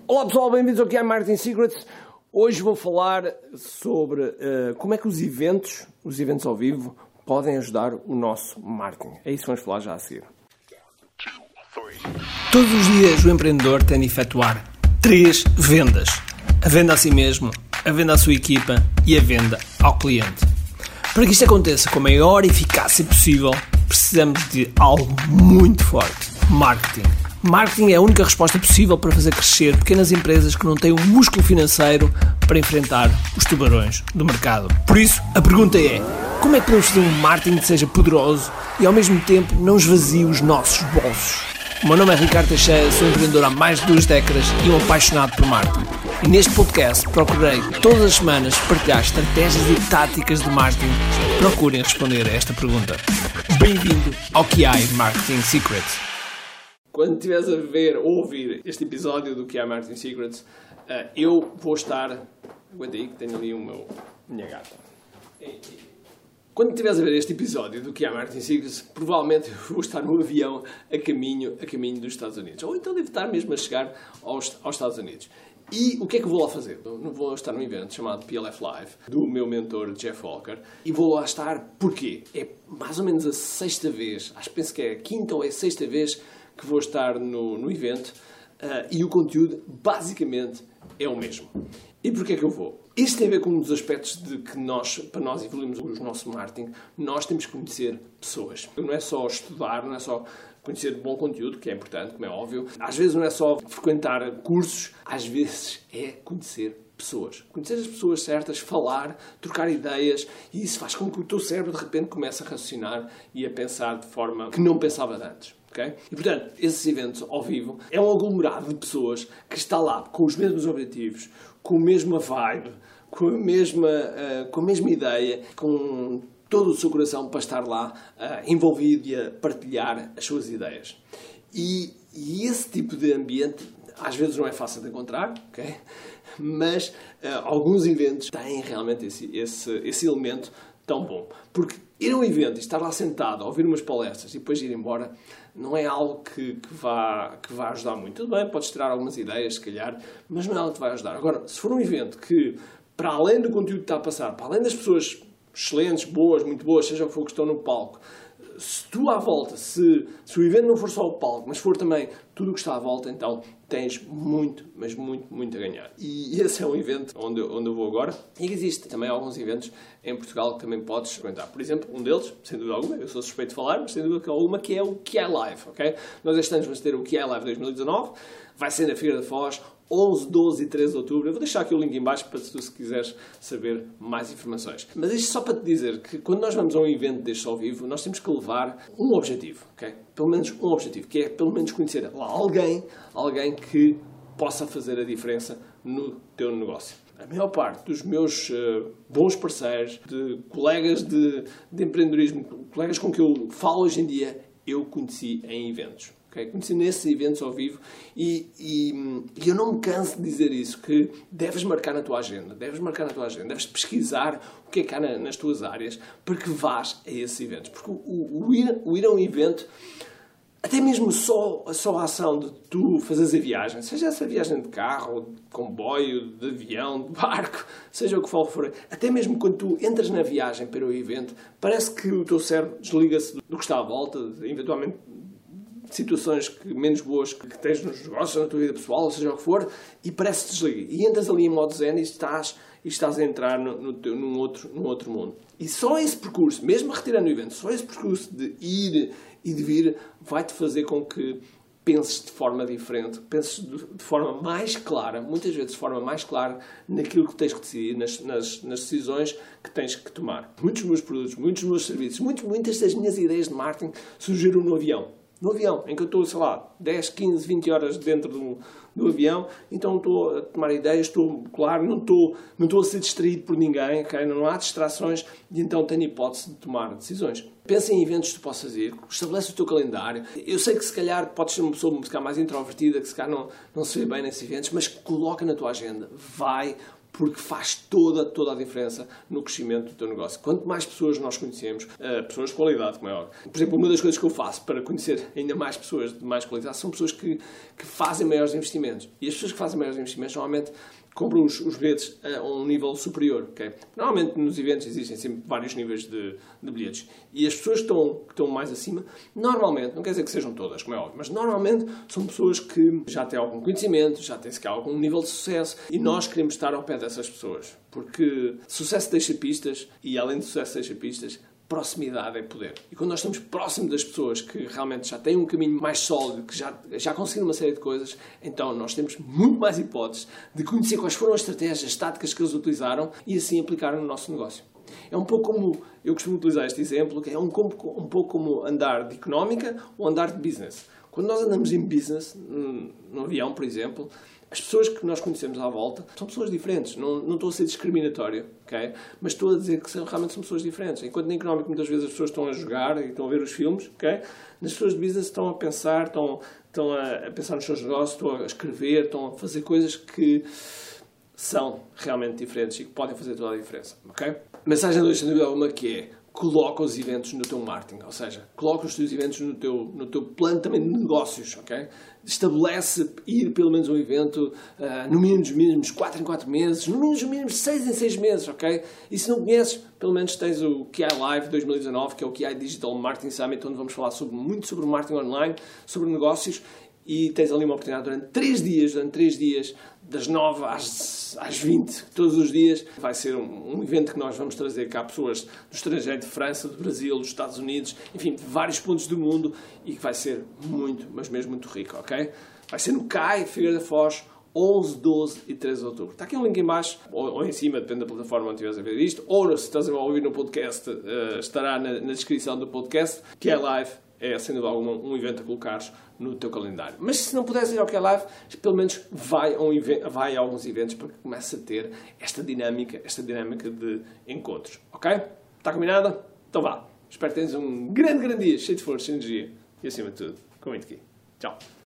Olá pessoal, bem-vindos ao QI Marketing Secrets. Hoje vou falar sobre como é que os eventos ao vivo, podem ajudar o nosso marketing. É isso que vamos falar já a seguir. Todos os dias o empreendedor tem de efetuar 3 vendas. A venda a si mesmo, a venda à sua equipa e a venda ao cliente. Para que isto aconteça com a maior eficácia possível, precisamos de algo muito forte: marketing. Marketing é a única resposta possível para fazer crescer pequenas empresas que não têm o músculo financeiro para enfrentar os tubarões do mercado. Por isso, a pergunta é: como é que podemos fazer um marketing que seja poderoso e ao mesmo tempo não esvazie os nossos bolsos? O meu nome é Ricardo Teixeira, sou empreendedor há mais de 2 décadas e um apaixonado por marketing. E neste podcast procurei todas as semanas partilhar estratégias e táticas de marketing que procurem responder a esta pergunta. Bem-vindo ao QI Marketing Secrets. Quando estiveres a ver ou ouvir este episódio do QI Marketing Secrets, eu vou estar... Aguenta aí que tenho ali minha gata. Quando estiveres a ver este episódio do QI Marketing Secrets, provavelmente vou estar no avião a caminho dos Estados Unidos. Ou então devo estar mesmo a chegar aos Estados Unidos. E o que é que eu vou lá fazer? Eu vou estar num evento chamado PLF Live, do meu mentor Jeff Walker, e vou lá estar porquê? É mais ou menos a 6ª vez, penso que é a 5ª ou é a 6ª vez que vou estar no evento, e o conteúdo basicamente é o mesmo. E porquê é que eu vou? Isto tem a ver com um dos aspectos de que para nós evoluirmos o nosso marketing, nós temos que conhecer pessoas. Não é só estudar, não é só conhecer bom conteúdo, que é importante, como é óbvio. Às vezes não é só frequentar cursos, às vezes é conhecer pessoas. Conhecer as pessoas certas, falar, trocar ideias, e isso faz com que o teu cérebro de repente comece a raciocinar e a pensar de forma que não pensava antes. Okay? E, portanto, esses eventos ao vivo é um aglomerado de pessoas que está lá com os mesmos objetivos, com a mesma vibe, com a mesma ideia, com todo o seu coração para estar lá envolvido e a partilhar as suas ideias. E esse tipo de ambiente às vezes não é fácil de encontrar, okay? Mas alguns eventos têm realmente esse elemento tão bom. Porque ir a um evento e estar lá sentado a ouvir umas palestras e depois ir embora não é algo que vá ajudar muito. Tudo bem, podes tirar algumas ideias, se calhar, mas não é algo que vai ajudar. Agora, se for um evento que, para além do conteúdo que está a passar, para além das pessoas excelentes, boas, muito boas, seja o que for que estão no palco, se tu à volta, se o evento não for só o palco, mas for também tudo o que está à volta, então tens muito, mas muito, muito a ganhar. E esse é um evento onde eu vou agora. E existem também alguns eventos em Portugal que também podes experimentar. Por exemplo, um deles, sem dúvida alguma, eu sou suspeito de falar, mas sem dúvida alguma, que é o QI Live. Okay? Nós este ano vamos ter o QI Live 2019, vai ser na Figueira da Foz, 11, 12 e 13 de outubro. Eu vou deixar aqui o link em baixo para se quiseres saber mais informações. Mas isto só para te dizer que quando nós vamos a um evento deste ao vivo, nós temos que levar um objetivo, okay? Pelo menos um objetivo, que é pelo menos conhecer lá alguém que possa fazer a diferença no teu negócio. A maior parte dos meus bons parceiros, de colegas de empreendedorismo, colegas com que eu falo hoje em dia, eu conheci em eventos. Okay? Conheci nesses eventos ao vivo e eu não me canso de dizer isso, que deves marcar na tua agenda, deves pesquisar o que é que há nas tuas áreas para que vás a esses eventos. Porque o ir a um evento, até mesmo só a ação de tu fazeres a viagem, seja essa viagem de carro, de comboio, de avião, de barco, seja o que for, até mesmo quando tu entras na viagem para o evento, parece que o teu cérebro desliga-se do que está à volta, eventualmente situações menos boas que tens nos negócios, na tua vida pessoal, ou seja o que for, e parece que desliga. E entras ali em modo zen e estás a entrar num outro mundo. E só esse percurso, mesmo retirando o evento, só esse percurso de ir e de vir, vai-te fazer com que penses de forma diferente, penses de forma mais clara, muitas vezes de forma mais clara, naquilo que tens que decidir, nas decisões que tens que tomar. Muitos dos meus produtos, muitos dos meus serviços, muitas das minhas ideias de marketing surgiram no avião. No avião, em que eu estou, 10, 15, 20 horas dentro do avião, então estou a tomar ideias, não estou a ser distraído por ninguém, okay? Não há distrações e então tenho hipótese de tomar decisões. Pensa em eventos que tu possas ir, estabelece o teu calendário. Eu sei que se calhar podes ser uma pessoa um bocado mais introvertida, que se calhar não se vê bem nesses eventos, mas coloca na tua agenda, vai porque faz toda a diferença no crescimento do teu negócio. Quanto mais pessoas nós conhecemos, pessoas de qualidade, como é óbvio. Por exemplo, uma das coisas que eu faço para conhecer ainda mais pessoas de mais qualidade são pessoas que fazem maiores investimentos. E as pessoas que fazem maiores investimentos normalmente compram os bilhetes a um nível superior. Okay? Normalmente nos eventos existem sempre vários níveis de bilhetes. E as pessoas que estão mais acima, normalmente, não quer dizer que sejam todas, como é óbvio, mas normalmente são pessoas que já têm algum conhecimento, já têm sequer algum nível de sucesso, e nós queremos estar ao pé dessas pessoas. Porque sucesso deixa pistas, e além de sucesso deixa pistas, proximidade é poder. E quando nós estamos próximos das pessoas que realmente já têm um caminho mais sólido, que já conseguiram uma série de coisas, então nós temos muito mais hipóteses de conhecer quais foram as estratégias, as táticas que eles utilizaram e assim aplicaram no nosso negócio. É um pouco como, eu costumo utilizar este exemplo, que é um pouco como andar de económica ou andar de business. Quando nós andamos em business, no avião, por exemplo, as pessoas que nós conhecemos à volta são pessoas diferentes. Não estou a ser discriminatório, okay? Mas estou a dizer que realmente são pessoas diferentes. Enquanto na económica muitas vezes as pessoas estão a jogar e estão a ver os filmes, okay? Nas pessoas de business estão a pensar, estão a pensar nos seus negócios, estão a escrever, estão a fazer coisas que são realmente diferentes e que podem fazer toda a diferença. Okay? A mensagem de hoje, sem dúvida alguma, que é: coloca os eventos no teu marketing, ou seja, coloca os teus eventos no teu plano também de negócios, ok? Estabelece ir pelo menos a um evento no mínimo dos mínimos 4 em 4 meses, no mínimo dos mínimos 6 em 6 meses, ok? E se não conheces, pelo menos tens o QI Live 2019, que é o QI Digital Marketing Summit, onde vamos falar muito sobre marketing online, sobre negócios, e tens ali uma oportunidade durante 3 dias, das 9 às 20, todos os dias. Vai ser um evento que nós vamos trazer cá pessoas do estrangeiro, de França, do Brasil, dos Estados Unidos, enfim, de vários pontos do mundo, e que vai ser muito, mas mesmo muito rico, ok? Vai ser no CAI, Figueira da Foz, 11, 12 e 13 de outubro. Está aqui um link em baixo, ou em cima, depende da plataforma onde estiveres a ver isto, ou se estás a ouvir no podcast, estará na descrição do podcast, que é live. É, sem dúvida alguma, um evento a colocares no teu calendário. Mas se não puderes ir ao que é live, pelo menos vai a alguns eventos para que comece a ter esta dinâmica de encontros. Ok? Está combinado? Então vá. Espero que tenhas um grande dia, cheio de força e energia. E acima de tudo, com muito aqui. Tchau.